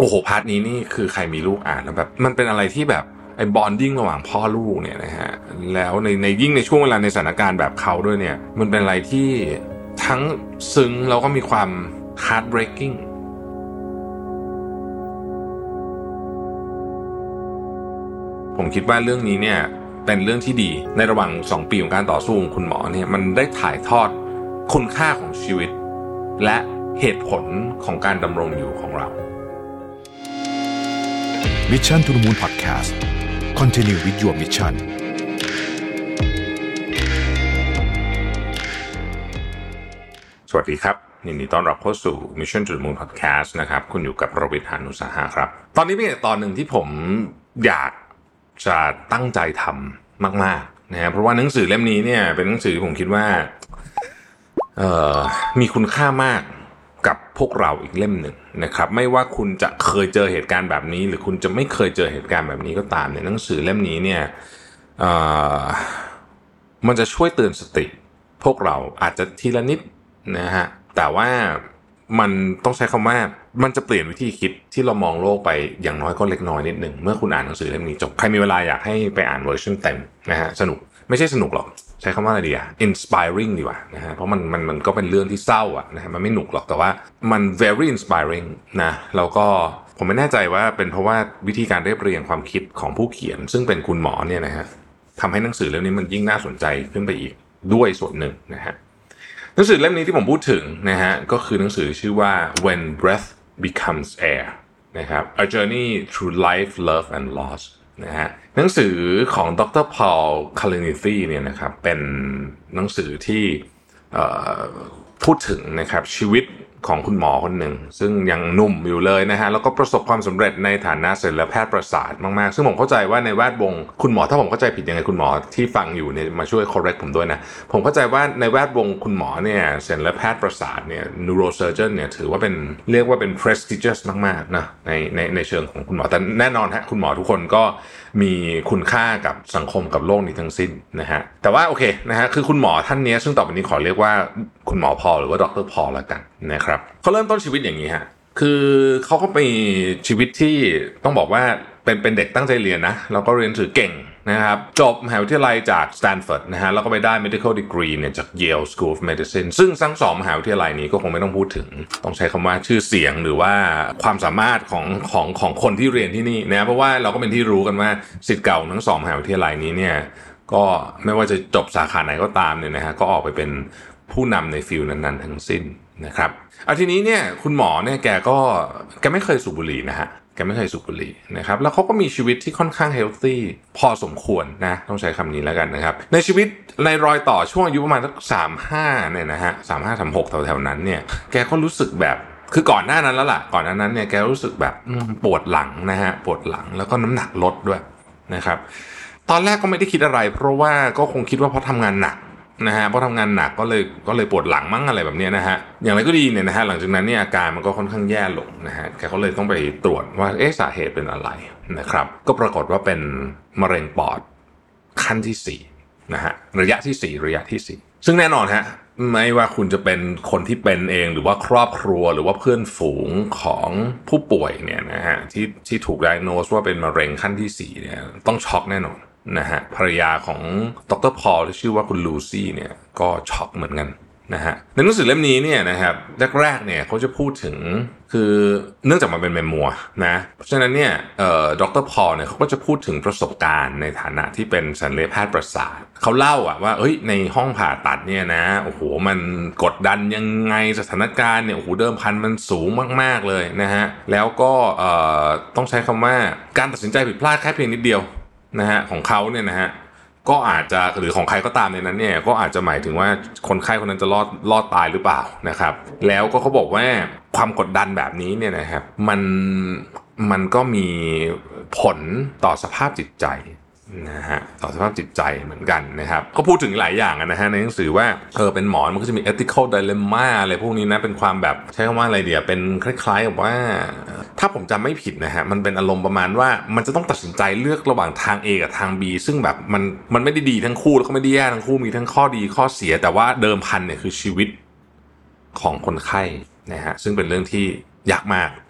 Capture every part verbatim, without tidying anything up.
โอ้โหพาร์ทนี้นี่คือใครมีลูกอ่านแล้วแบบมันเป็นอะไรที่แบบไอ้บอนดิ้งระหว่างพ่อลูกเนี่ยนะฮะแล้วในในยิ่งในช่วงเวลาในสถานการณ์แบบเขาด้วยเนี่ยมันเป็นอะไรที่ทั้งซึ้งแล้วก็มีความ heartbreaking ผมคิดว่าเรื่องนี้เนี่ยเป็นเรื่องที่ดีในระหว่างสองปีของการต่อสู้ของคุณหมอเนี่ยมันได้ถ่ายทอดคุณค่าของชีวิตและเหตุผลของการดำรงอยู่ของเรา Mission to the Moon Podcast Continue with your mission สวัสดีครับยินดีต้อนรับเข้าสู่ Mission to the Moon Podcast นะครับคุณอยู่กับรวิทย์ หาญอุตสาหะครับตอนนี้เป็นตอนหนึ่งที่ผมอยากจะตั้งใจทำมากๆนะฮะเพราะว่าหนังสือเล่มนี้เนี่ยเป็นหนังสือที่ผมคิดว่าเอ่อมีคุณค่ามากกับพวกเราอีกเล่มหนึ่งนะครับไม่ว่าคุณจะเคยเจอเหตุการณ์แบบนี้หรือคุณจะไม่เคยเจอเหตุการณ์แบบนี้ก็ตามเนี่ยหนังสือเล่มนี้เนี่ยเอ่อมันจะช่วยเตือนสติพวกเราอาจจะทีละนิดนะฮะแต่ว่ามันต้องใช้คำว่ามันจะเปลี่ยนวิธีคิดที่เรามองโลกไปอย่างน้อยก็เล็กน้อยนิดหนึ่งเมื่อคุณอ่านหนังสือเล่มนี้จบใครมีเวลาอยากให้ไปอ่านเวอร์ชันเต็มนะฮะสนุกไม่ใช่สนุกหรอกใช้คำว่าอะไรดีอะ inspiring ดีกว่านะฮะเพราะมันมันมันก็เป็นเรื่องที่เศร้าอะนะฮะมันไม่หนุกหรอกแต่ว่ามัน very inspiring นะแล้วก็ผมไม่แน่ใจว่าเป็นเพราะว่าวิธีการเรียบเรียงความคิดของผู้เขียนซึ่งเป็นคุณหมอเนี่ยนะฮะทำให้หนังสือเล่มนี้มันยิ่งน่าสนใจขึ้นไปอีกด้วยส่วนหนึ่งนะฮะหนังสือเล่มนี้ที่ผมพูดถึงนะฮะก็คือหนังสือชื่อว่า When Breath Becomes Air นะครับ A Journey Through Life, Love and Loss นะฮะหนังสือของดร. Paul Kalanithi เนี่ยนะครับเป็นหนังสือที่พูดถึงนะครับชีวิตของคุณหมอคนหนึ่งซึ่งยังหนุ่มอยู่เลยนะฮะแล้วก็ประสบความสำเร็จในฐานะศัลยแพทย์ประสาทมากๆซึ่งผมเข้าใจว่าในแวดวงคุณหมอถ้าผมเข้าใจผิดยังไงคุณหมอที่ฟังอยู่เนี่ยมาช่วย correct ผมด้วยนะผมเข้าใจว่าในแวดวงคุณหมอเนี่ยศัลยแพทย์ประสาทเนี่ย neurosurgeon เนี่ยถือว่าเป็นเรียกว่าเป็น prestigious มากๆนะในในในเชิงของคุณหมอแต่แน่นอนฮะคุณหมอทุกคนก็มีคุณค่ากับสังคมกับโลกนี้ทั้งสิ้นนะฮะแต่ว่าโอเคนะฮะคือคุณหมอท่านนี้ซึ่งต่อไปนี้ขอเรียกว่าคุณหมอพอลหรือว่าดร. พอลแล้วกันนะครับเขาเริ่มต้นชีวิตอย่างนี้ฮะคือเขาก็มีชีวิตที่ต้องบอกว่าเป็นเป็นเด็กตั้งใจเรียนนะแล้วก็เรียนหนังสือเก่งนะครับจบมหาวิทยาลัยจากสแตนฟอร์ดนะฮะแล้วก็ไปได้ medical degree เนี่ยจาก Yale School of Medicine ซึ่งทั้งสองมหาวิทยาลัยนี้ก็คงไม่ต้องพูดถึงต้องใช้คำว่าชื่อเสียงหรือว่าความสามารถของของของคนที่เรียนที่นี่นะเพราะว่าเราก็เป็นที่รู้กันว่าศิษย์เก่าทั้งสองมหาวิทยาลัยนี้เนี่ยก็ไม่ว่าจะจบสาขาไหนก็ตามเนี่ยนะฮะก็ออกไปเป็นผู้นำในฟิลนั้นๆทั้งสิ้นนะครับเอาทีนี้เนี่ยคุณหมอเนี่ยแกก็แกไม่เคยสูบบุหรี่นะฮะแกไม่เคยสูบบุหรี่นะครับแล้วเขาก็มีชีวิตที่ค่อนข้างเฮลตี้พอสมควรนะต้องใช้คำนี้แล้วกันนะครับในชีวิตในรอยต่อช่วงอายุประมาณสักสามสิบห้าเนี่ยนะฮะสามสิบห้า สามสิบหกแถวๆนั้นเนี่ยแกก็รู้สึกแบบคือก่อนหน้านั้นแล้วล่ะก่อนหน้านั้นเนี่ยแกรู้สึกแบบปวดหลังนะฮะปวดหลังแล้วก็น้ำหนักลดด้วยนะครับตอนแรกก็ไม่ได้คิดอะไรเพราะว่าก็คงคิดว่าเพราะทำงานหนักนะฮะเพราะทำงานหนักก็เลยก็เลยปวดหลังมั้งอะไรแบบนี้นะฮะอย่างไรก็ดีเนี่ยนะฮะหลังจากนั้นเนี่ยอาการมันก็ค่อนข้างแย่ลงนะฮะแกก็เลยต้องไปตรวจว่าเอ๊ะสาเหตุเป็นอะไรนะครับก็ปรากฏว่าเป็นมะเร็งปอดขั้นที่สี่นะฮะระยะที่สี่ระยะที่สี่ซึ่งแน่นอนฮะไม่ว่าคุณจะเป็นคนที่เป็นเองหรือว่าครอบครัวหรือว่าเพื่อนฝูงของผู้ป่วยเนี่ยนะฮะที่ที่ถูก diagnose ว่าเป็นมะเร็งขั้นที่สี่เนี่ยต้องช็อกแน่นอนนะฮะภรรยาของดร. พอลที่ชื่อว่าคุณลูซี่เนี่ยก็ช็อกเหมือนกันนะฮะในหนังสือเล่มนี้เนี่ยนะครับแรกๆเนี่ยเขาจะพูดถึงคือเนื่องจากมันเป็นเมมัวนะเพราะฉะนั้นเนี่ยเอ่อดร. พอลเนี่ยเขาก็จะพูดถึงประสบการณ์ในฐานะที่เป็นศัลยแพทย์ประสาทเขาเล่าอะว่าเอ้ยในห้องผ่าตัดเนี่ยนะโอ้โหมันกดดันยังไงสถานการณ์เนี่ยโอ้โหเดิมพันมันสูงมากๆเลยนะฮะแล้วก็เอ่อต้องใช้คำว่าการตัดสินใจผิดพลาดแค่เพียงนิดเดียวนะฮะของเขาเนี่ยนะฮะก็อาจจะหรือของใครก็ตามในนั้นเนี่ยก็อาจจะหมายถึงว่าคนไข้คนนั้นจะรอดรอดตายหรือเปล่านะครับแล้วก็เขาบอกว่าความกดดันแบบนี้เนี่ยนะครับมันมันก็มีผลต่อสภาพจิตใจนะฮะต่อสภาพจิตใจเหมือนกันนะครับก็พูดถึงหลายอย่างนะฮะในหนังสือว่าเออเป็นหมอมันก็จะมี ethical dilemma อะไรพวกนี้นะเป็นความแบบใช้คำว่าอะไรเดียวเป็นคล้ายๆกับว่าถ้าผมจำไม่ผิดนะฮะมันเป็นอารมณ์ประมาณว่ามันจะต้องตัดสินใจเลือกระหว่างทาง A กับทาง B ซึ่งแบบมันมันไม่ได้ดีทั้งคู่แล้วก็ไม่ได้แย่ทั้งคู่มีทั้งข้อดีข้อเสียแต่ว่าเดิมพันเนี่ยคือชีวิตของคนไข้นะฮะซึ่งเป็นเรื่องที่ยากมาก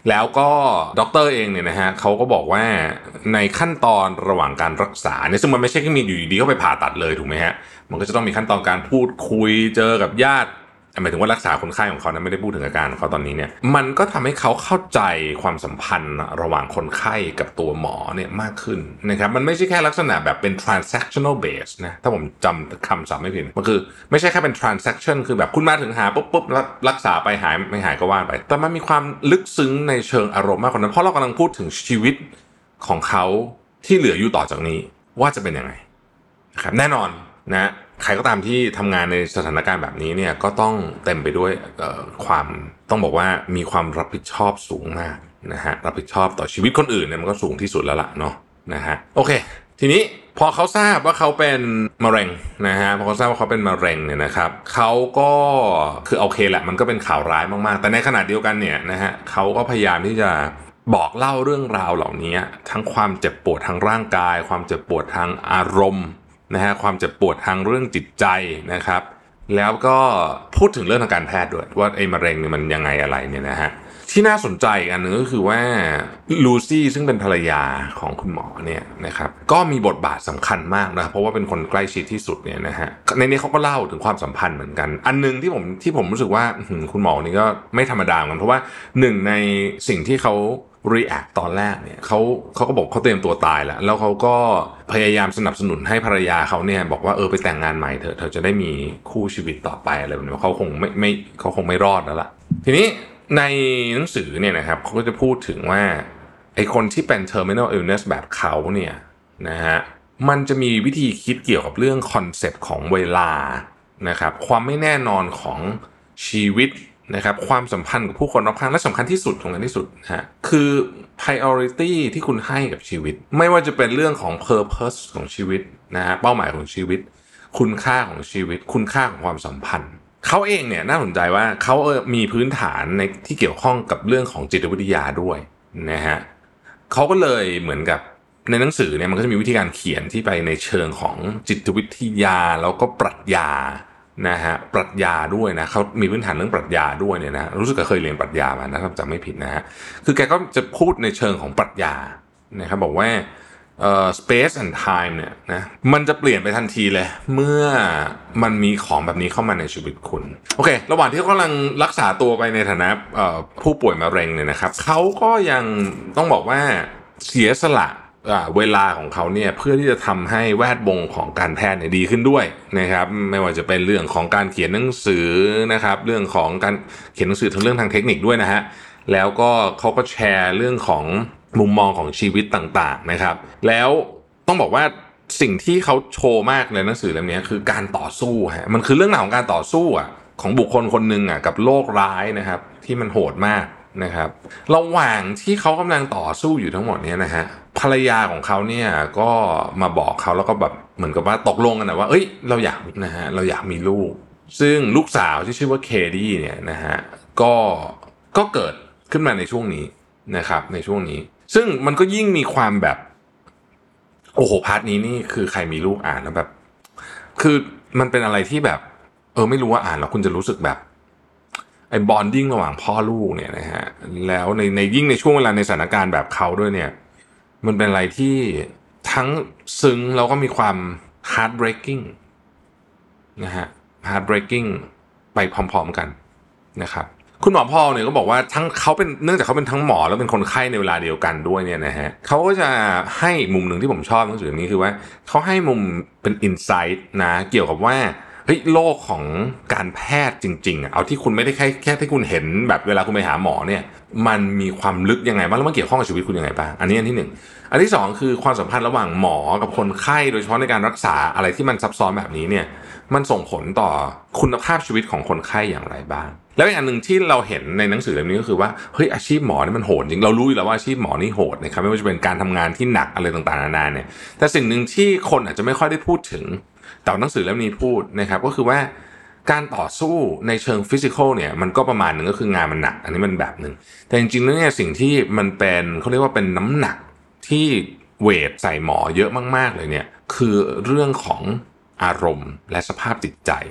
แล้วก็ด็อกเตอร์เองเนี่ยนะฮะเขาก็บอกว่าในขั้นตอนระหว่างการรักษาเนี่ยซึ่งมันไม่ใช่แค่มีอยู่ดีๆก็ไปผ่าตัดเลยถูกไหมฮะมันก็จะต้องมีขั้นตอนการพูดคุยเจอกับญาติหมายถึงว่ารักษาคนไข้ของเขานะไม่ได้พูดถึงอาการของเขาตอนนี้เนี่ยมันก็ทำให้เขาเข้าใจความสัมพันธ์ระหว่างคนไข้กับตัวหมอเนี่ยมากขึ้นนะครับมันไม่ใช่แค่ลักษณะแบบเป็น transactional base นะถ้าผมจำคำศัพท์ไม่ผิดมันคือไม่ใช่แค่เป็น transaction คือแบบคุณมาถึงหาปุ๊บปุ๊บแล้วรักษาไปหายไม่หายก็ว่าไปแต่มันมีความลึกซึ้งในเชิงอารมณ์มากกว่านั้นเพราะเรากำลังพูดถึงชีวิตของเขาที่เหลืออยู่ต่อจากนี้ว่าจะเป็นยังไงนะครับแน่นอนนะใครก็ตามที่ทำงานในสถานการณ์แบบนี้เนี่ยก็ต้องเต็มไปด้วยความต้องบอกว่ามีความรับผิดชอบสูงมากนะฮะรับผิดชอบต่อชีวิตคนอื่นเนี่ยมันก็สูงที่สุดแล้วล่ะเนาะนะฮะโอเคทีนี้พอเขาทราบว่าเขาเป็นมะเร็งนะฮะพอเขาทราบว่าเขาเป็นมะเร็งเนี่ยนะครับเขาก็คือโอเคแหละมันก็เป็นข่าวร้ายมากๆแต่ในขณะเดียวกันเนี่ยนะฮะเขาก็พยายามที่จะบอกเล่าเรื่องราวเหล่านี้ทั้งความเจ็บปวดทางร่างกายความเจ็บปวดทางอารมณ์นะฮะความเจ็บปวดทางเรื่องจิตใจนะครับแล้วก็พูดถึงเรื่องทางการแพทย์ด้วยว่าไอ้มะเร็งเนี่ยมันยังไงอะไรเนี่ยนะฮะที่น่าสนใจอันนึงก็คือว่าลูซี่ซึ่งเป็นภรรยาของคุณหมอเนี่ยนะครับก็มีบทบาทสำคัญมากนะเพราะว่าเป็นคนใกล้ชิดที่สุดเนี่ยนะฮะในนี้เขาก็เล่าถึงความสัมพันธ์เหมือนกันอันนึงที่ผมที่ผมรู้สึกว่าคุณหมอนี่ก็ไม่ธรรมดาเหมือนกันเพราะว่าหนึ่งในสิ่งที่เขาreact ตอนแรกเนี่ยเขาเขาก็บอกเขาเตรียมตัวตายแล้วแล้วเขาก็พยายามสนับสนุนให้ภรรยาเขาเนี่ยบอกว่าเออไปแต่งงานใหม่เถอะเธอจะได้มีคู่ชีวิตต่อไปอะไรแบบนี้เขาคงไม่ไม่เขาคงไม่รอดแล้วล่ะทีนี้ในหนังสือเนี่ยนะครับเขาก็จะพูดถึงว่าไอ้คนที่เป็น terminal illness แบบเขาเนี่ยนะฮะมันจะมีวิธีคิดเกี่ยวกับเรื่องคอนเซปต์ของเวลานะครับความไม่แน่นอนของชีวิตนะครับความสัมพันธ์กับผู้คนรอบข้างและสำคัญที่สุดตรงนั้นที่สุดนะฮะคือ priority ที่คุณให้กับชีวิตไม่ว่าจะเป็นเรื่องของ purpose ของชีวิตนะฮะเป้าหมายของชีวิตคุณค่าของชีวิตคุณค่าของความสัมพันธ์เขาเองเนี่ยน่าสนใจว่าเขาเออมีพื้นฐานในที่เกี่ยวข้องกับเรื่องของจิตวิทยาด้วยนะฮะเขาก็เลยเหมือนกับในหนังสือเนี่ยมันก็จะมีวิธีการเขียนที่ไปในเชิงของจิตวิทยาแล้วก็ปรัชญานะฮะปรัชญาด้วยนะเขามีพื้นฐานเรื่องปรัชญาด้วยเนี่ยนะรู้สึกเคยเรียนปรัชญามานะถ้าจำไม่ผิดนะฮะคือแกก็จะพูดในเชิงของปรัชญานะครับบอกว่าเอ่อ space and time เนี่ยนะมันจะเปลี่ยนไปทันทีเลยเมื่อมันมีของแบบนี้เข้ามาในชีวิตคุณโอเคระหว่างที่เขากำลังรักษาตัวไปในฐานะเอ่อผู้ป่วยมะเร็งเนี่ยนะครับเขาก็ยังต้องบอกว่าเสียสละเวลาของเขาเนี่ยเพื่อที่จะทำให้แวดวงของการแพทย์เนี่ยดีขึ้นด้วยนะครับไม่ว่าจะเป็นเรื่องของการเขียนหนังสือนะครับเรื่องของการเขียนหนังสือทั้งเรื่องทางเทคนิคด้วยนะฮะแล้วก็เขาก็แชร์เรื่องของมุมมองของชีวิตต่างๆนะครับแล้วต้องบอกว่าสิ่งที่เขาโชว์มากในหนังสือเล่มนี้คือการต่อสู้ฮะมันคือเรื่องราวของการต่อสู้อ่ะของบุคคลคนหนึ่งอ่ะกับโรคร้ายนะครับที่มันโหดมากนะครับระหว่างที่เขากำลังต่อสู้อยู่ทั้งหมดนี้นะฮะภรรยาของเขาเนี่ยก็มาบอกเขาแล้วก็แบบเหมือนกับว่าตกลงกันนะว่าเอ้ยเราอยากนะฮะเราอยากมีลูกซึ่งลูกสาวที่ชื่อว่าเคดี้เนี่ยนะฮะก็ก็เกิดขึ้นมาในช่วงนี้นะครับในช่วงนี้ซึ่งมันก็ยิ่งมีความแบบโอ้โหพาร์ทนี้นี่คือใครมีลูกอ่านแล้วแบบคือมันเป็นอะไรที่แบบเออไม่รู้ว่าอ่านแล้วคุณจะรู้สึกแบบไอ้บอนดิ้งระหว่างพ่อลูกเนี่ยนะฮะแล้วในในยิ่งในช่วงเวลาในสถานการณ์แบบเขาด้วยเนี่ยมันเป็นอะไรที่ทั้งซึ้งแล้วก็มีความ heart breaking นะฮะ heart breaking ไปพร้อมๆกันนะครับคุณหมอพอลเนี่ยก็บอกว่าทั้งเขาเป็นเนื่องจากเขาเป็นทั้งหมอแล้วเป็นคนไข้ในเวลาเดียวกันด้วยเนี่ยนะฮะเขาก็จะให้มุมหนึ่งที่ผมชอบหนังสือนี้คือว่าเขาให้มุมเป็นอินไซต์นะเกี่ยวกับว่าเฮ้ยโลกของการแพทย์จริงๆเอาที่คุณไม่ได้แค่แค่ที่คุณเห็นแบบเวลาคุณไปหาหมอเนี่ยมันมีความลึกยังไงบ้างแล้วมันเกี่ยวข้องกับชีวิตคุณยังไงบ้างอันนี้อันที่หนึ่งอันที่สองคือความสัมพันธ์ระหว่างหมอกับคนไข้โดยเฉพาะในการรักษาอะไรที่มันซับซ้อนแบบนี้เนี่ยมันส่งผลต่อคุณภาพชีวิตของคนไข้อย่างไรบ้างแล้วอีกอันหนึ่งที่เราเห็นในหนังสือเล่มนี้ก็คือว่าเฮ้ยอาชีพหมอนี่มันโหดจริงเรารู้อยู่แล้วว่าอาชีพหมอนี่โหดนะครับไม่ว่าจะเป็นการทำงานที่หนักอะไรต่างๆนานาเนี่ยแต่สิ่งหนึ่งที่คนอาจจะไม่ค่อยได้พูดถึงแต่หนังสือเล่มนี้พูดนะครับก็คือว่าการต่อสู้ในเชิงฟิสิกอลเนี่ยมันก็ประมาณหนึ่งก็คืองานมันหนักอันนี้มันแบบนึงแต่จริงๆแล้วเนี่ยสิ่งที่มันเป็นเขาเรียกว่าเป็นน้ำหนักที่เวทใส่หมอเยอะมากๆเลยเนี่ยคือเรื่องของอารมณ์และสภาพจิตใจ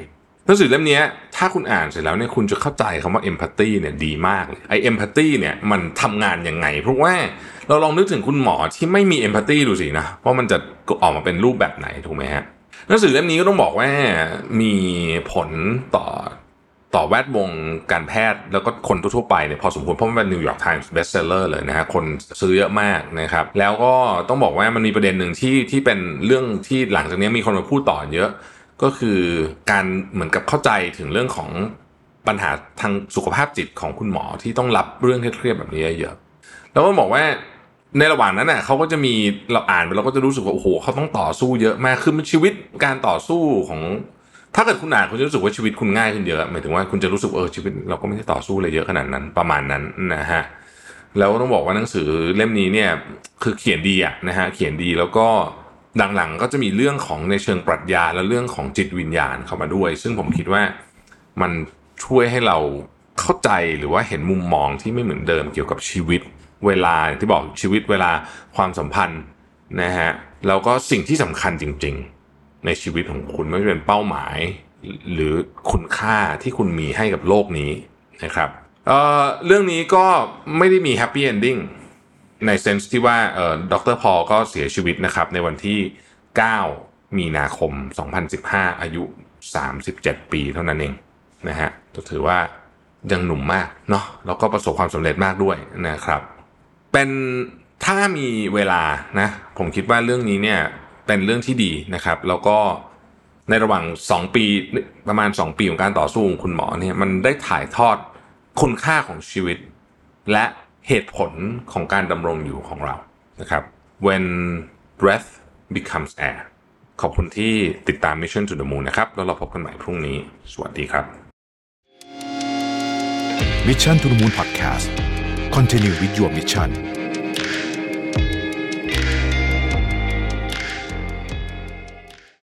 หนังสือเล่มนี้ถ้าคุณอ่านเสร็จแล้วเนี่ยคุณจะเข้าใจคำว่า empathy เนี่ยดีมากเลยไอ้ empathy เนี่ยมันทำงานยังไงเพราะว่าเราลองนึกถึงคุณหมอที่ไม่มี empathy ดูสินะว่ามันจะออกมาเป็นรูปแบบไหนถูกไหมฮะหนังสือเล่มนี้ก็ต้องบอกว่ามีผลต่อต่อแวดวงการแพทย์แล้วก็คนทั่วไปเนี่ยพอสมควรเพราะมันเป็น New York Times bestseller เลยนะฮะคนซื้อเยอะมากนะครับแล้วก็ต้องบอกว่ามันมีประเด็นหนึ่งที่ที่เป็นเรื่องที่หลังจากนี้มีคนมาพูดต่อเยอะก็คือการเหมือนกับเข้าใจถึงเรื่องของปัญหาทางสุขภาพจิตของคุณหมอที่ต้องรับเรื่องเครียดๆแบบนี้เยอะแล้วก็บอกว่าในระหว่างนั้นน่ะเขาก็จะมีเราอ่านไปเราก็จะรู้สึกว่าโอ้โหเขาต้องต่อสู้เยอะมากคือมันชีวิตการต่อสู้ของถ้าเกิดคุณอ่านคุณจะรู้สึกว่าชีวิตคุณง่ายขึ้นเยอะหมายถึงว่าคุณจะรู้สึกเออชีวิตเราก็ไม่ได้ต่อสู้อะไรเยอะขนาดนั้นประมาณนั้นนะฮะแล้วต้องบอกว่าหนังสือเล่มนี้เนี่ยคือเขียนดีอ่ะนะฮะเขียนดีแล้วก็หลังๆก็จะมีเรื่องของในเชิงปรัชญาและเรื่องของจิตวิญญาณเข้ามาด้วยซึ่งผมคิดว่ามันช่วยให้เราเข้าใจหรือว่าเห็นมุมมองที่ไม่เหมือนเดิมเกี่ยวกับชีวิตเวลาที่บอกชีวิตเวลาความสัมพันธ์นะฮะแล้วก็สิ่งที่สำคัญจริงๆในชีวิตของคุณไม่ว่าจะเป็นเป้าหมายหรือคุณค่าที่คุณมีให้กับโลกนี้นะครับเอ่อเรื่องนี้ก็ไม่ได้มีแฮปปี้เอนดิ้งในเซนส์ที่ว่าเอ่อดร.พอลก็เสียชีวิตนะครับในวันที่เก้ามีนาคมสองพันสิบห้าอายุสามสิบเจ็ดปีเท่านั้นเองนะฮะก็ถือว่ายังหนุ่มมากเนาะแล้วก็ประสบความสำเร็จมากด้วยนะครับเป็นถ้ามีเวลานะผมคิดว่าเรื่องนี้เนี่ยเป็นเรื่องที่ดีนะครับแล้วก็ในระหว่างสองปีประมาณสองปีของการต่อสู้ของคุณหมอเนี่ยมันได้ถ่ายทอดคุณค่าของชีวิตและเหตุผลของการดำรงอยู่ของเรานะครับ When breath becomes air ขอบคุณที่ติดตาม Mission to the Moon นะครับแล้วเราพบกันใหม่พรุ่งนี้สวัสดีครับ Mission to the Moon Podcast Continue with your mission